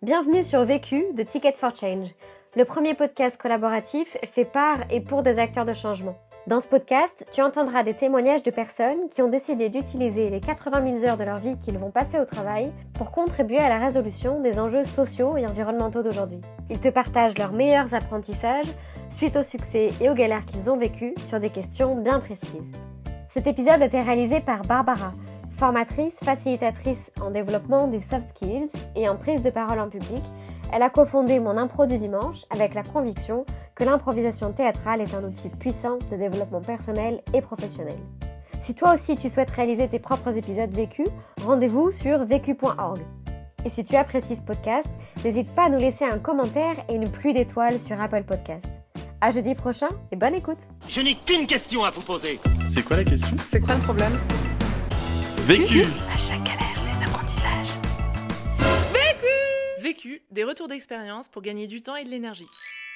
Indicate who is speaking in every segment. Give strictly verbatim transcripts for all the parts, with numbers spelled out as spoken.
Speaker 1: Bienvenue sur Vécu de Ticket for Change, le premier podcast collaboratif fait par et pour des acteurs de changement. Dans ce podcast, tu entendras des témoignages de personnes qui ont décidé d'utiliser les quatre-vingt mille heures de leur vie qu'ils vont passer au travail pour contribuer à la résolution des enjeux sociaux et environnementaux d'aujourd'hui. Ils te partagent leurs meilleurs apprentissages suite au succès et aux galères qu'ils ont vécues sur des questions bien précises. Cet épisode a été réalisé par Barbara, formatrice, facilitatrice en développement des soft skills et en prise de parole en public. Elle a cofondé Mon Impro du dimanche avec la conviction que l'improvisation théâtrale est un outil puissant de développement personnel et professionnel. Si toi aussi tu souhaites réaliser tes propres épisodes vécus, rendez-vous sur vécu point org. Et si tu apprécies ce podcast, n'hésite pas à nous laisser un commentaire et une pluie d'étoiles sur Apple Podcasts. À jeudi prochain et bonne écoute.
Speaker 2: Je n'ai qu'une question à vous poser.
Speaker 3: C'est quoi la question?
Speaker 4: C'est quoi le problème?
Speaker 3: Vécu.
Speaker 5: À chaque galère, des apprentissages.
Speaker 4: Vécu Vécu, des retours d'expérience pour gagner du temps et de l'énergie.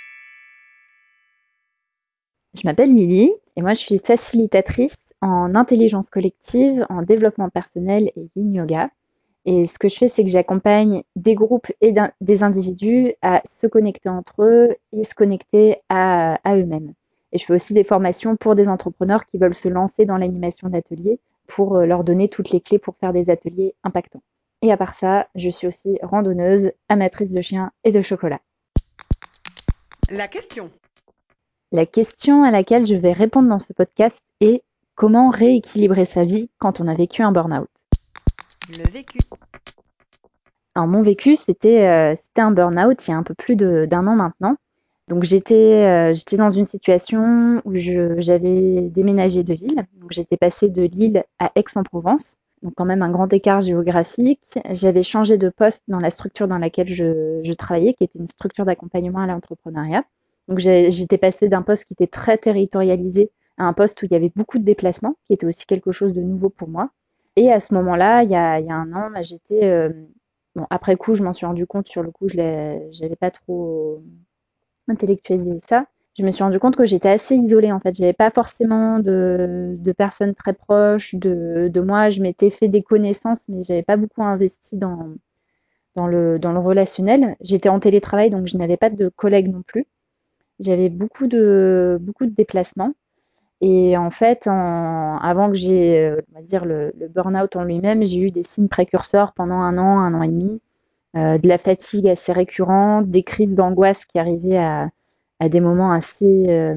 Speaker 6: Je m'appelle Lily et moi je suis facilitatrice en intelligence collective, en développement personnel et yin yoga. Et ce que je fais, c'est que j'accompagne des groupes et des individus à se connecter entre eux et se connecter à, à eux-mêmes. Et je fais aussi des formations pour des entrepreneurs qui veulent se lancer dans l'animation d'ateliers pour leur donner toutes les clés pour faire des ateliers impactants. Et à part ça, je suis aussi randonneuse, amatrice de chiens et de chocolat.
Speaker 4: La question.
Speaker 6: La question à laquelle je vais répondre dans ce podcast est comment rééquilibrer sa vie quand on a vécu un burn-out?
Speaker 4: Le vécu.
Speaker 6: Alors mon vécu, c'était, euh, c'était un burn-out il y a un peu plus de, d'un an maintenant. Donc j'étais, euh, j'étais dans une situation où je, j'avais déménagé de ville. Donc j'étais passée de Lille à Aix-en-Provence. Donc quand même un grand écart géographique. J'avais changé de poste dans la structure dans laquelle je, je travaillais, qui était une structure d'accompagnement à l'entrepreneuriat. Donc j'ai, j'étais passée d'un poste qui était très territorialisé à un poste où il y avait beaucoup de déplacements, qui était aussi quelque chose de nouveau pour moi. Et à ce moment-là, il y a, il y a un an, j'étais... Euh, bon, après coup, je m'en suis rendu compte. Sur le coup, je n'avais pas trop intellectualisé ça. Je me suis rendu compte que j'étais assez isolée, en fait. J'avais pas forcément de, de personnes très proches de, de moi. Je m'étais fait des connaissances, mais j'avais pas beaucoup investi dans, dans, le, dans le relationnel. J'étais en télétravail, donc je n'avais pas de collègues non plus. J'avais beaucoup de, beaucoup de déplacements. Et en fait, en, avant que j'ai, on va dire, le, le burn-out en lui-même, j'ai eu des signes précurseurs pendant un an, un an et demi, euh, de la fatigue assez récurrente, des crises d'angoisse qui arrivaient à, à des moments assez, euh,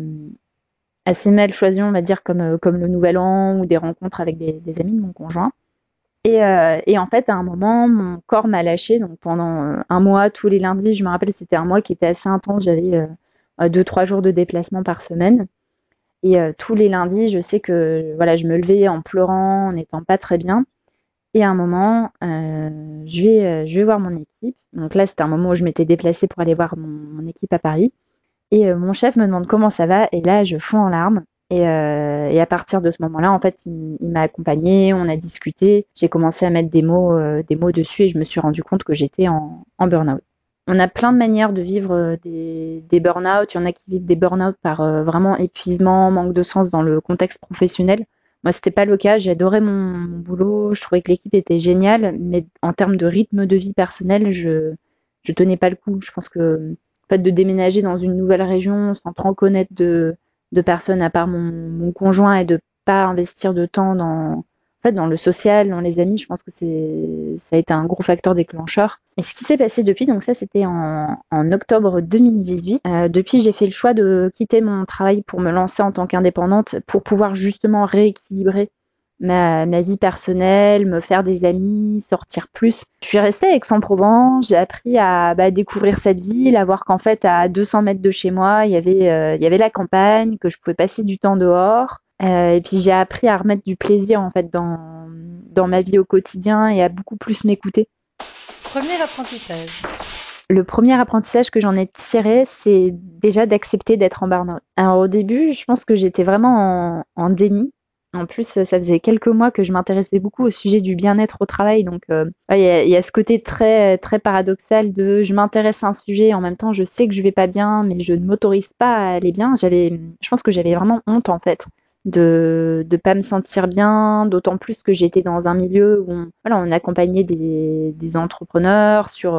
Speaker 6: assez mal choisis, on va dire, comme, comme le Nouvel An ou des rencontres avec des, des amis de mon conjoint. Et, euh, et en fait, à un moment, mon corps m'a lâché. Donc pendant un mois, tous les lundis, je me rappelle, c'était un mois qui était assez intense. J'avais euh, deux, trois jours de déplacement par semaine. Et euh, tous les lundis, je sais que voilà, je me levais en pleurant, en n'étant pas très bien. Et à un moment, euh, je vais, euh, je vais voir mon équipe. Donc là, c'était un moment où je m'étais déplacée pour aller voir mon, mon équipe à Paris. Et euh, mon chef me demande comment ça va. Et là, je fonds en larmes. Et, euh, et à partir de ce moment-là, en fait, il, il m'a accompagnée, on a discuté. J'ai commencé à mettre des mots, euh, des mots dessus et je me suis rendu compte que j'étais en, en burn-out. On a plein de manières de vivre des, des burn-out. Il y en a qui vivent des burn-out par euh, vraiment épuisement, manque de sens dans le contexte professionnel. Moi, c'était pas le cas. J'adorais mon, mon boulot. Je trouvais que l'équipe était géniale. Mais en termes de rythme de vie personnel, je je tenais pas le coup. Je pense que le fait de déménager dans une nouvelle région sans trop connaître de, de personnes à part mon, mon conjoint et de pas investir de temps dans... En fait, dans le social, dans les amis, je pense que c'est, ça a été un gros facteur déclencheur. Et ce qui s'est passé depuis, donc ça, c'était en, en octobre deux mille dix-huit. Euh, depuis, j'ai fait le choix de quitter mon travail pour me lancer en tant qu'indépendante, pour pouvoir justement rééquilibrer ma, ma vie personnelle, me faire des amis, sortir plus. Je suis restée à Aix-en-Provence, j'ai appris à bah, découvrir cette ville, à voir qu'en fait, à deux cents mètres de chez moi, il y avait, euh, il y avait la campagne, que je pouvais passer du temps dehors. Euh, et puis j'ai appris à remettre du plaisir en fait dans, dans ma vie au quotidien et à beaucoup plus m'écouter.
Speaker 5: Premier apprentissage.
Speaker 6: Le premier apprentissage que j'en ai tiré, c'est déjà d'accepter d'être en burn-out. Alors au début, je pense que j'étais vraiment en, en déni. En plus, ça faisait quelques mois que je m'intéressais beaucoup au sujet du bien-être au travail. Donc, il euh, y, a, y a ce côté très, très paradoxal de je m'intéresse à un sujet et en même temps, je sais que je vais pas bien, mais je ne m'autorise pas à aller bien. J'avais, je pense que j'avais vraiment honte en fait de de pas me sentir bien, d'autant plus que j'étais dans un milieu où on, voilà, on accompagnait des, des entrepreneurs sur euh,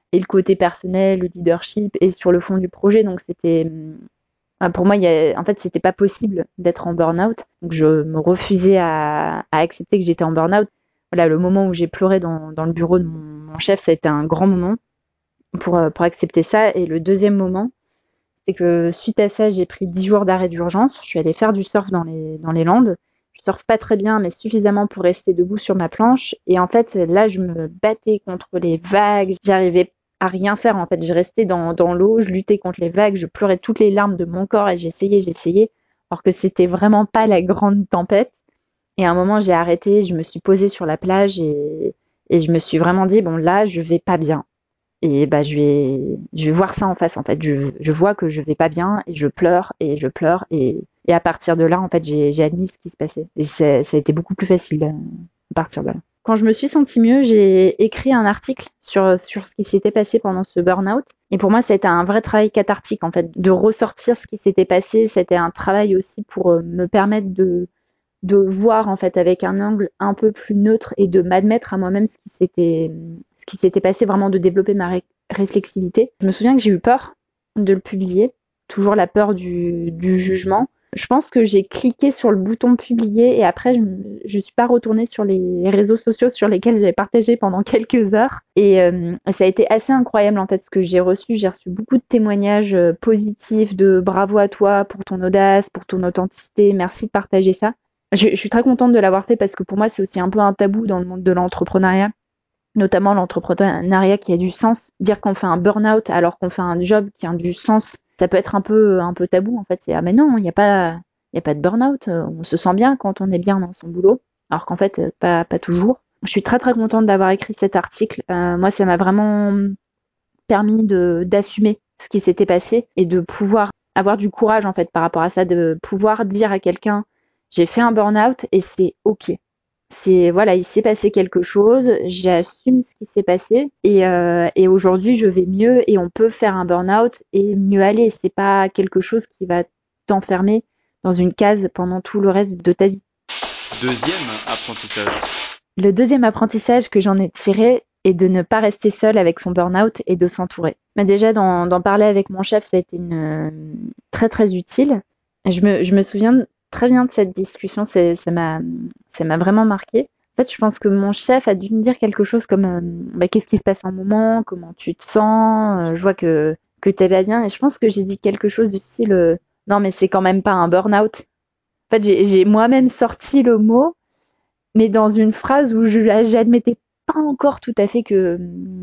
Speaker 6: et le côté personnel, le leadership et sur le fond du projet. Donc c'était pour moi, il y a, en fait, c'était pas possible d'être en burn-out. Donc je me refusais à, à accepter que j'étais en burn-out. Voilà, le moment où j'ai pleuré dans, dans le bureau de mon, mon chef, ça a été un grand moment pour, pour accepter ça. Et le deuxième moment, c'est que suite à ça, j'ai pris dix jours d'arrêt d'urgence. Je suis allée faire du surf dans les, dans les Landes. Je surfe pas très bien, mais suffisamment pour rester debout sur ma planche. Et en fait, là, je me battais contre les vagues. J'arrivais à rien faire. En fait, je restais dans, dans l'eau, je luttais contre les vagues, je pleurais toutes les larmes de mon corps et j'essayais, j'essayais, alors que c'était vraiment pas la grande tempête. Et à un moment, j'ai arrêté, je me suis posée sur la plage et, et je me suis vraiment dit, bon, là, je vais pas bien. Et bah, je vais, je vais voir ça en face, en fait. Je, je vois que je vais pas bien et je pleure et je pleure. Et, et à partir de là, en fait, j'ai, j'ai admis ce qui se passait. Et ça a été beaucoup plus facile à partir de là. Quand je me suis sentie mieux, j'ai écrit un article sur, sur ce qui s'était passé pendant ce burn-out. Et pour moi, ça a été un vrai travail cathartique, en fait, de ressortir ce qui s'était passé. C'était un travail aussi pour me permettre de, de voir, en fait, avec un angle un peu plus neutre et de m'admettre à moi-même ce qui s'était, ce qui s'était passé, vraiment de développer ma ré- réflexivité. Je me souviens que j'ai eu peur de le publier, toujours la peur du, du jugement. Je pense que j'ai cliqué sur le bouton publier et après je ne suis pas retournée sur les réseaux sociaux sur lesquels j'avais partagé pendant quelques heures et euh, ça a été assez incroyable en fait ce que j'ai reçu. J'ai reçu beaucoup de témoignages euh, positifs de bravo à toi pour ton audace, pour ton authenticité, merci de partager ça. Je, je suis très contente de l'avoir fait parce que pour moi c'est aussi un peu un tabou dans le monde de l'entrepreneuriat, notamment l'entrepreneuriat qui a du sens. Dire qu'on fait un burn-out alors qu'on fait un job qui a du sens, ça peut être un peu un peu tabou en fait. C'est ah mais non, il n'y a pas il y a pas de burn-out, on se sent bien quand on est bien dans son boulot, alors qu'en fait pas pas toujours. Je suis très très contente d'avoir écrit cet article. Euh, moi ça m'a vraiment permis de d'assumer ce qui s'était passé et de pouvoir avoir du courage en fait par rapport à ça, de pouvoir dire à quelqu'un j'ai fait un burn-out et c'est ok. C'est voilà, il s'est passé quelque chose, j'assume ce qui s'est passé et, euh, et aujourd'hui je vais mieux et on peut faire un burn-out et mieux aller. C'est pas quelque chose qui va t'enfermer dans une case pendant tout le reste de ta vie.
Speaker 3: Deuxième apprentissage.
Speaker 6: Le deuxième apprentissage que j'en ai tiré est de ne pas rester seul avec son burn-out et de s'entourer. Mais déjà d'en, d'en parler avec mon chef, ça a été une, très très utile. Je me, je me souviens très bien de cette discussion, c'est, ça m'a, ça m'a vraiment marqué. En fait, je pense que mon chef a dû me dire quelque chose comme euh, bah, qu'est-ce qui se passe en moment, comment tu te sens, euh, je vois que, que t'es pas bien. Et je pense que j'ai dit quelque chose du style euh, non, mais c'est quand même pas un burn-out. En fait, j'ai, j'ai moi-même sorti le mot, mais dans une phrase où je j'admettais pas encore tout à fait que,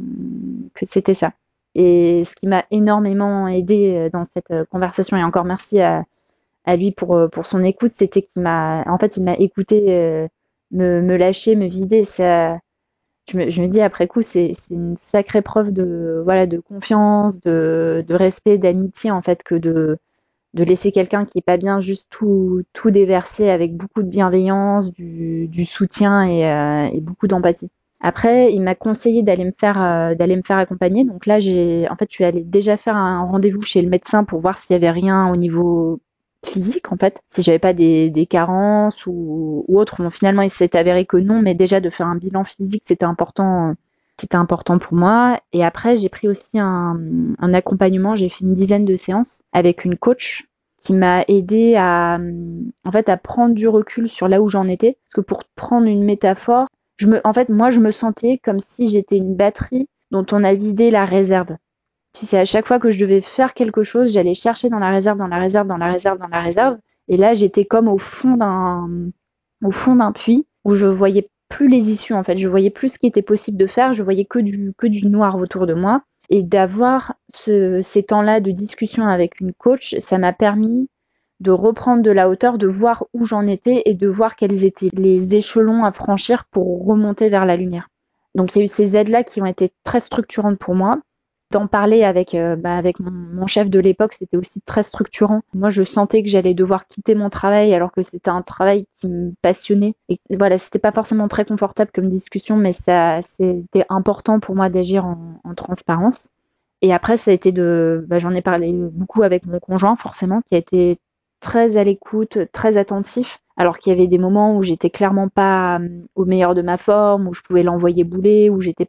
Speaker 6: que c'était ça. Et ce qui m'a énormément aidé dans cette conversation, et encore merci à à lui pour pour son écoute, c'était qu'il m'a en fait il m'a écouté euh, me me lâcher, me vider. Ça je me je me dis après coup c'est c'est une sacrée preuve de voilà de confiance, de de respect, d'amitié en fait que de de laisser quelqu'un qui est pas bien juste tout tout déverser avec beaucoup de bienveillance, du du soutien et euh, et beaucoup d'empathie. Après, il m'a conseillé d'aller me faire euh, d'aller me faire accompagner. Donc là, j'ai en fait, je suis allée déjà faire un rendez-vous chez le médecin pour voir s'il y avait rien au niveau physique en fait, si j'avais pas des, des carences ou, ou autre. Bon, finalement, il s'est avéré que non, mais déjà de faire un bilan physique, c'était important, c'était important pour moi. Et après, j'ai pris aussi un, un accompagnement. J'ai fait une dizaine de séances avec une coach qui m'a aidé à, en fait, à prendre du recul sur là où j'en étais. Parce que pour prendre une métaphore, je me, en fait, moi, je me sentais comme si j'étais une batterie dont on a vidé la réserve. Tu sais, à chaque fois que je devais faire quelque chose, j'allais chercher dans la réserve, dans la réserve, dans la réserve, dans la réserve. Et là, j'étais comme au fond d'un, au fond d'un puits où je voyais plus les issues, en fait. Je voyais plus ce qui était possible de faire. Je voyais que du, que du noir autour de moi. Et d'avoir ce, ces temps-là de discussion avec une coach, ça m'a permis de reprendre de la hauteur, de voir où j'en étais et de voir quels étaient les échelons à franchir pour remonter vers la lumière. Donc, il y a eu ces aides-là qui ont été très structurantes pour moi. D'en parler avec euh, bah, avec mon, mon chef de l'époque, c'était aussi très structurant. Moi, je sentais que j'allais devoir quitter mon travail alors que c'était un travail qui me passionnait. Et voilà, c'était pas forcément très confortable comme discussion, mais ça, c'était important pour moi d'agir en, en transparence. Et après, ça a été de, bah, j'en ai parlé beaucoup avec mon conjoint, forcément, qui a été très à l'écoute, très attentif. Alors qu'il y avait des moments où j'étais clairement pas euh, au meilleur de ma forme, où je pouvais l'envoyer bouler, où j'étais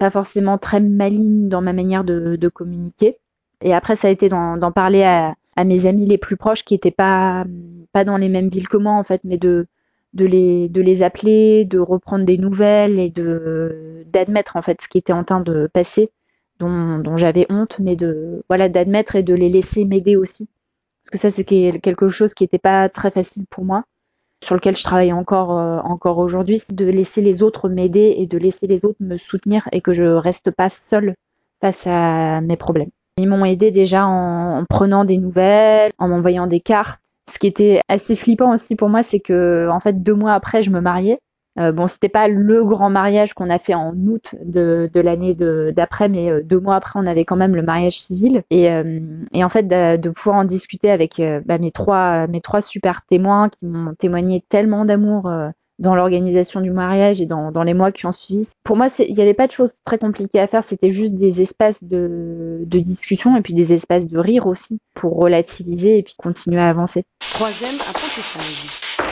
Speaker 6: pas forcément très maligne dans ma manière de, de communiquer. Et après, ça a été d'en, d'en parler à, à mes amis les plus proches qui étaient pas, pas dans les mêmes villes que moi, en fait, mais de, de, les, de les appeler, de reprendre des nouvelles et de, d'admettre, en fait, ce qui était en train de passer, dont, dont j'avais honte, mais de, voilà, d'admettre et de les laisser m'aider aussi. Parce que ça, c'est quelque chose qui n'était pas très facile pour moi, sur lequel je travaille encore, euh, encore aujourd'hui, c'est de laisser les autres m'aider et de laisser les autres me soutenir et que je reste pas seule face à mes problèmes. Ils m'ont aidé déjà en, en prenant des nouvelles, en m'envoyant des cartes. Ce qui était assez flippant aussi pour moi, c'est que en fait deux mois après, je me mariais. Euh, bon, c'était pas le grand mariage qu'on a fait en août de, de l'année de, d'après, mais euh, deux mois après, on avait quand même le mariage civil. Et, euh, et en fait, de, de pouvoir en discuter avec euh, bah, mes trois, mes trois super témoins qui m'ont témoigné tellement d'amour euh, dans l'organisation du mariage et dans, dans les mois qui ont suivi. Pour moi, il n'y avait pas de choses très compliquées à faire. C'était juste des espaces de, de discussion et puis des espaces de rire aussi pour relativiser et puis continuer à avancer.
Speaker 4: Troisième apprentissage.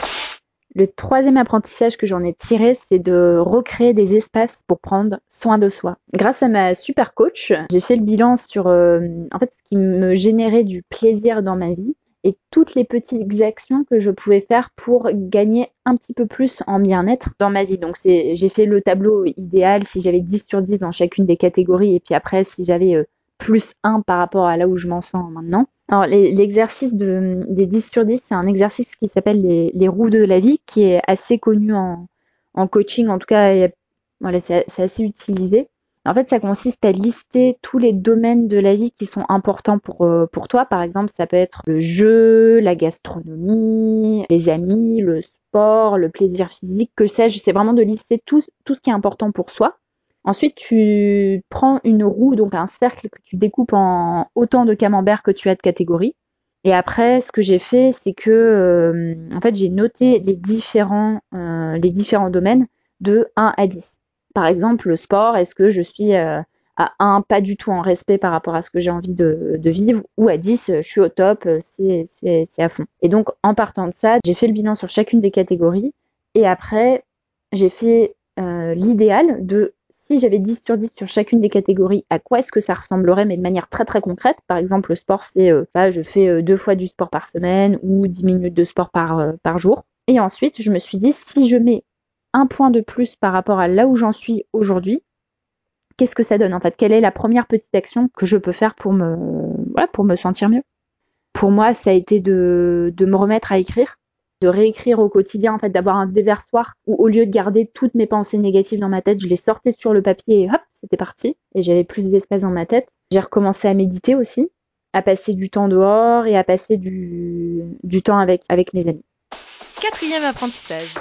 Speaker 6: Le troisième apprentissage que j'en ai tiré, c'est de recréer des espaces pour prendre soin de soi. Grâce à ma super coach, j'ai fait le bilan sur euh, en fait ce qui me générait du plaisir dans ma vie et toutes les petites actions que je pouvais faire pour gagner un petit peu plus en bien-être dans ma vie. Donc c'est, j'ai fait le tableau idéal si j'avais dix sur dix dans chacune des catégories et puis après si j'avais euh, plus un par rapport à là où je m'en sens maintenant. Alors, les, l'exercice de, des dix sur dix, c'est un exercice qui s'appelle les, les roues de la vie, qui est assez connu en, en coaching. En tout cas, il y a, voilà, c'est, c'est assez utilisé. En fait, ça consiste à lister tous les domaines de la vie qui sont importants pour, euh, pour toi. Par exemple, ça peut être le jeu, la gastronomie, les amis, le sport, le plaisir physique, que sais-je. C'est vraiment de lister tout, tout ce qui est important pour soi. Ensuite, tu prends une roue, donc un cercle que tu découpes en autant de camemberts que tu as de catégories. Et après, ce que j'ai fait, c'est que, euh, en fait, j'ai noté les différents, euh, les différents domaines de un à dix. Par exemple, le sport, est-ce que je suis euh, à un, pas du tout en respect par rapport à ce que j'ai envie de, de vivre, ou à dix, je suis au top, c'est, c'est, c'est à fond. Et donc, en partant de ça, j'ai fait le bilan sur chacune des catégories. Et après, j'ai fait euh, l'idéal de si j'avais dix sur dix sur chacune des catégories, à quoi est-ce que ça ressemblerait, mais de manière très très concrète. Par exemple, le sport, c'est euh, là, je fais euh, deux fois du sport par semaine ou dix minutes de sport par, euh, par jour. Et ensuite, je me suis dit, si je mets un point de plus par rapport à là où j'en suis aujourd'hui, qu'est-ce que ça donne en fait? Quelle est la première petite action que je peux faire pour me, voilà, pour me sentir mieux? Pour moi, ça a été de, de me remettre à écrire, de réécrire au quotidien, en fait, d'avoir un déversoir où au lieu de garder toutes mes pensées négatives dans ma tête, je les sortais sur le papier et hop, c'était parti. Et j'avais plus d'espace dans ma tête. J'ai recommencé à méditer aussi, à passer du temps dehors et à passer du, du temps avec, avec mes amis.
Speaker 4: Quatrième apprentissage.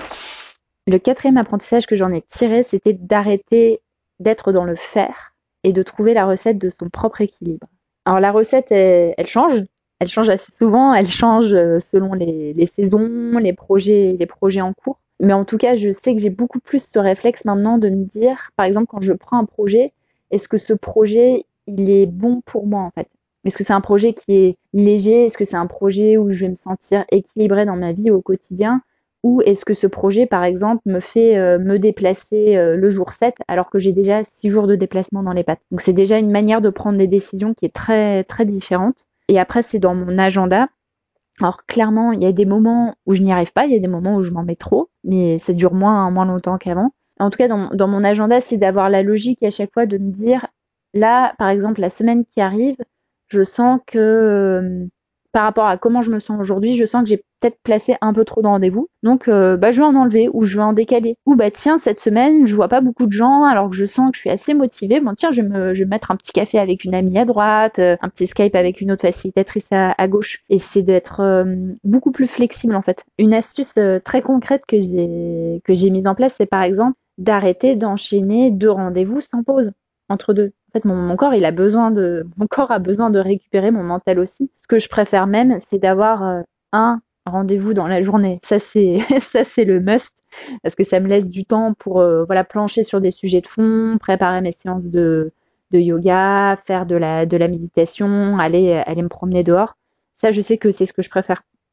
Speaker 6: Le quatrième apprentissage que j'en ai tiré, c'était d'arrêter d'être dans le faire et de trouver la recette de son propre équilibre. Alors la recette, elle, elle change. Elle change assez souvent, elle change selon les, les saisons, les projets, les projets en cours. Mais en tout cas, je sais que j'ai beaucoup plus ce réflexe maintenant de me dire, par exemple, quand je prends un projet, est-ce que ce projet, il est bon pour moi en fait? Est-ce que c'est un projet qui est léger? Est-ce que c'est un projet où je vais me sentir équilibrée dans ma vie au quotidien? Ou est-ce que ce projet, par exemple, me fait euh, me déplacer euh, le jour sept alors que j'ai déjà six jours de déplacement dans les pattes? Donc c'est déjà une manière de prendre des décisions qui est très, très différente. Et après, c'est dans mon agenda. Alors clairement, il y a des moments où je n'y arrive pas, il y a des moments où je m'en mets trop, mais ça dure moins, moins longtemps qu'avant. En tout cas, dans, dans mon agenda, c'est d'avoir la logique à chaque fois de me dire, là, par exemple, la semaine qui arrive, je sens que euh, par rapport à comment je me sens aujourd'hui, je sens que j'ai peut-être placé un peu trop de rendez-vous. Donc, euh, bah, je vais en enlever ou je vais en décaler. Ou bah tiens, cette semaine, je vois pas beaucoup de gens alors que je sens que je suis assez motivée. Bon tiens, je vais me, je vais mettre un petit café avec une amie à droite, euh, un petit Skype avec une autre facilitatrice à, à gauche. Et c'est d'être euh, beaucoup plus flexible en fait. Une astuce euh, très concrète que j'ai que j'ai mise en place, c'est par exemple d'arrêter d'enchaîner deux rendez-vous sans pause entre deux. En fait, mon, mon corps, il a besoin de, mon corps a besoin de récupérer, mon mental aussi. Ce que je préfère même, c'est d'avoir euh, un rendez-vous dans la journée. Ça, c'est, ça, c'est le must, parce que ça me laisse du temps pour, euh, voilà, plancher sur des sujets de fond, préparer mes séances de, de yoga, faire de la, de la méditation, aller, aller me promener dehors. Ça, je sais que c'est ce que je préfère.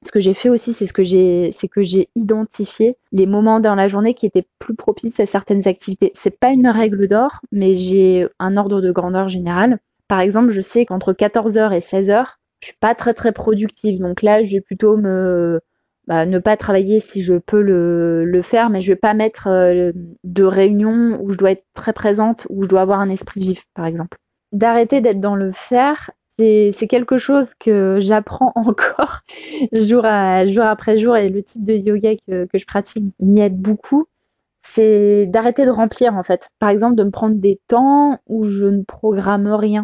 Speaker 6: Ce que j'ai fait aussi, c'est ce que j'ai, c'est que j'ai identifié les moments dans la journée qui étaient plus propices à certaines activités. C'est pas une règle d'or, mais j'ai un ordre de grandeur général. Par exemple, je sais qu'entre quatorze heures et seize heures, je suis pas très très productive. Donc là, je vais plutôt me bah, ne pas travailler si je peux le, le faire, mais je vais pas mettre euh, de réunion où je dois être très présente, où je dois avoir un esprit vif, par exemple. D'arrêter d'être dans le faire, c'est, c'est quelque chose que j'apprends encore jour, à, jour après jour, et le type de yoga que, que je pratique m'y aide beaucoup. C'est d'arrêter de remplir, en fait. Par exemple, de me prendre des temps où je ne programme rien,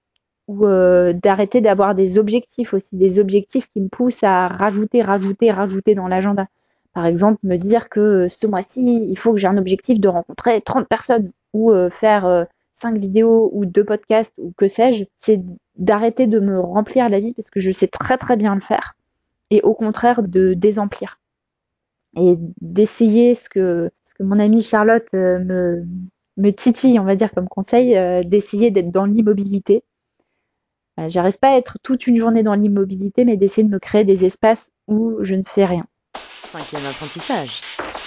Speaker 6: ou euh, d'arrêter d'avoir des objectifs aussi, des objectifs qui me poussent à rajouter, rajouter, rajouter dans l'agenda. Par exemple, me dire que ce mois-ci, il faut que j'ai un objectif de rencontrer trente personnes, ou euh, faire euh, cinq vidéos ou deux podcasts, ou que sais-je. C'est d'arrêter de me remplir la vie, parce que je sais très très bien le faire, et au contraire de désemplir. Et d'essayer ce que, ce que mon amie Charlotte euh, me, me titille, on va dire, comme conseil, euh, d'essayer d'être dans l'immobilité. J'arrive pas à être toute une journée dans l'immobilité, mais d'essayer de me créer des espaces où je ne fais rien.
Speaker 5: Cinquième apprentissage.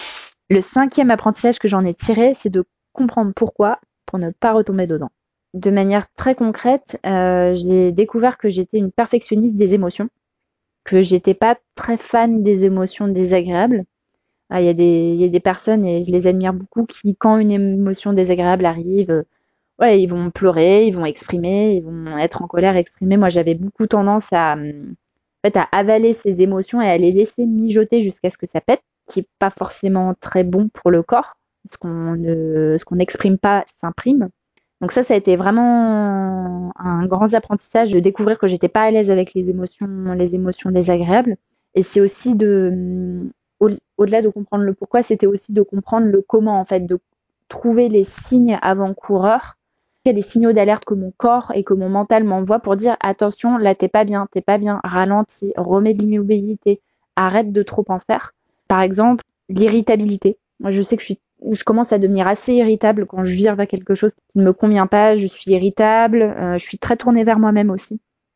Speaker 6: Le cinquième apprentissage que j'en ai tiré, c'est de comprendre pourquoi, pour ne pas retomber dedans. De manière très concrète, euh, j'ai découvert que j'étais une perfectionniste des émotions, que j'étais pas très fan des émotions désagréables. Il ah, y a des, y a des personnes, et je les admire beaucoup, qui, quand une émotion désagréable arrive, ouais, ils vont pleurer, ils vont exprimer, ils vont être en colère, exprimer. Moi, j'avais beaucoup tendance à, en fait, à avaler ces émotions et à les laisser mijoter jusqu'à ce que ça pète, qui n'est pas forcément très bon pour le corps. Ce qu'on ne, ce qu'on n'exprime pas s'imprime. Donc ça, ça a été vraiment un grand apprentissage de découvrir que j'étais pas à l'aise avec les émotions, les émotions désagréables. Et c'est aussi de, au, au-delà de comprendre le pourquoi, c'était aussi de comprendre le comment, en fait, de trouver les signes avant-coureurs. Il y a des signaux d'alerte que mon corps et que mon mental m'envoient pour dire attention, là t'es pas bien, t'es pas bien, ralentis, remets de l'immobilité, arrête de trop en faire. Par exemple, l'irritabilité. Moi, je sais que je suis, je commence à devenir assez irritable quand je vire vers quelque chose qui ne me convient pas. Je suis irritable, euh, je suis très tournée vers moi-même aussi.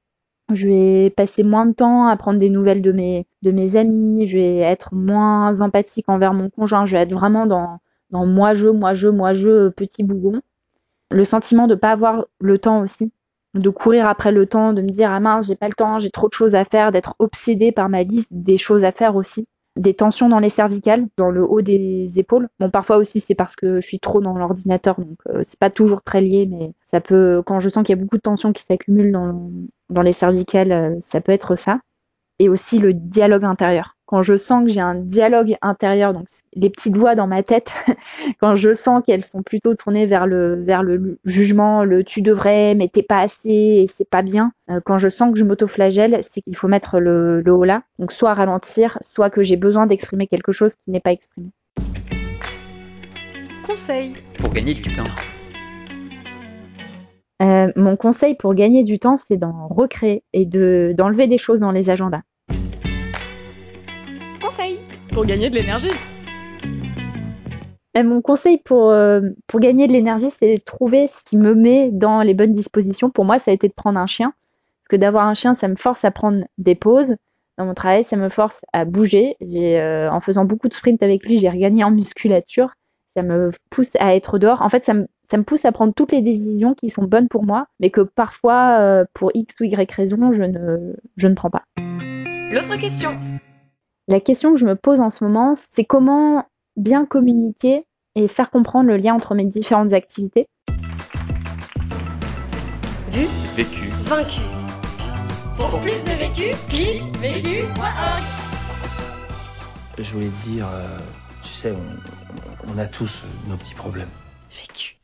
Speaker 6: Je vais passer moins de temps à prendre des nouvelles de mes, de mes amis, je vais être moins empathique envers mon conjoint, je vais être vraiment dans, dans moi-je, moi-je, moi-je, petit bougon. Le sentiment de ne pas avoir le temps aussi, de courir après le temps, de me dire ah mince, j'ai pas le temps, j'ai trop de choses à faire, d'être obsédée par ma liste des choses à faire aussi. Des tensions dans les cervicales, dans le haut des épaules. Bon, parfois aussi c'est parce que je suis trop dans l'ordinateur, donc euh, c'est pas toujours très lié, mais ça peut, quand je sens qu'il y a beaucoup de tensions qui s'accumulent dans, dans les cervicales, euh, ça peut être ça. Et aussi le dialogue intérieur. Quand je sens que j'ai un dialogue intérieur, donc les petites voix dans ma tête, quand je sens qu'elles sont plutôt tournées vers le, vers le jugement, le tu devrais, mais t'es pas assez et c'est pas bien, euh, quand je sens que je m'autoflagelle, c'est qu'il faut mettre le, le haut là. Donc soit ralentir, soit que j'ai besoin d'exprimer quelque chose qui n'est pas exprimé.
Speaker 4: Conseil
Speaker 3: pour gagner du temps.
Speaker 6: Euh, mon conseil pour gagner du temps, c'est d'en recréer et de, d'enlever des choses dans les agendas.
Speaker 4: Conseil pour gagner de l'énergie.
Speaker 6: Euh, mon conseil pour, euh, pour gagner de l'énergie, c'est de trouver ce qui me met dans les bonnes dispositions. Pour moi, ça a été de prendre un chien. Parce que d'avoir un chien, ça me force à prendre des pauses. Dans mon travail, ça me force à bouger. J'ai, euh, en faisant beaucoup de sprints avec lui, j'ai regagné en musculature. Ça me pousse à être dehors. En fait, ça me, ça me pousse à prendre toutes les décisions qui sont bonnes pour moi, mais que parfois, euh, pour X ou Y raison, je ne, je ne prends pas.
Speaker 4: L'autre question.
Speaker 6: La question que je me pose en ce moment, c'est comment bien communiquer et faire comprendre le lien entre mes différentes activités.
Speaker 1: Vu,
Speaker 3: Vécu.
Speaker 1: vaincu.
Speaker 5: Pour plus de vécu, clique vécu point org.
Speaker 7: Je voulais te dire, euh, tu sais, on, on a tous nos petits problèmes.
Speaker 5: Vécu.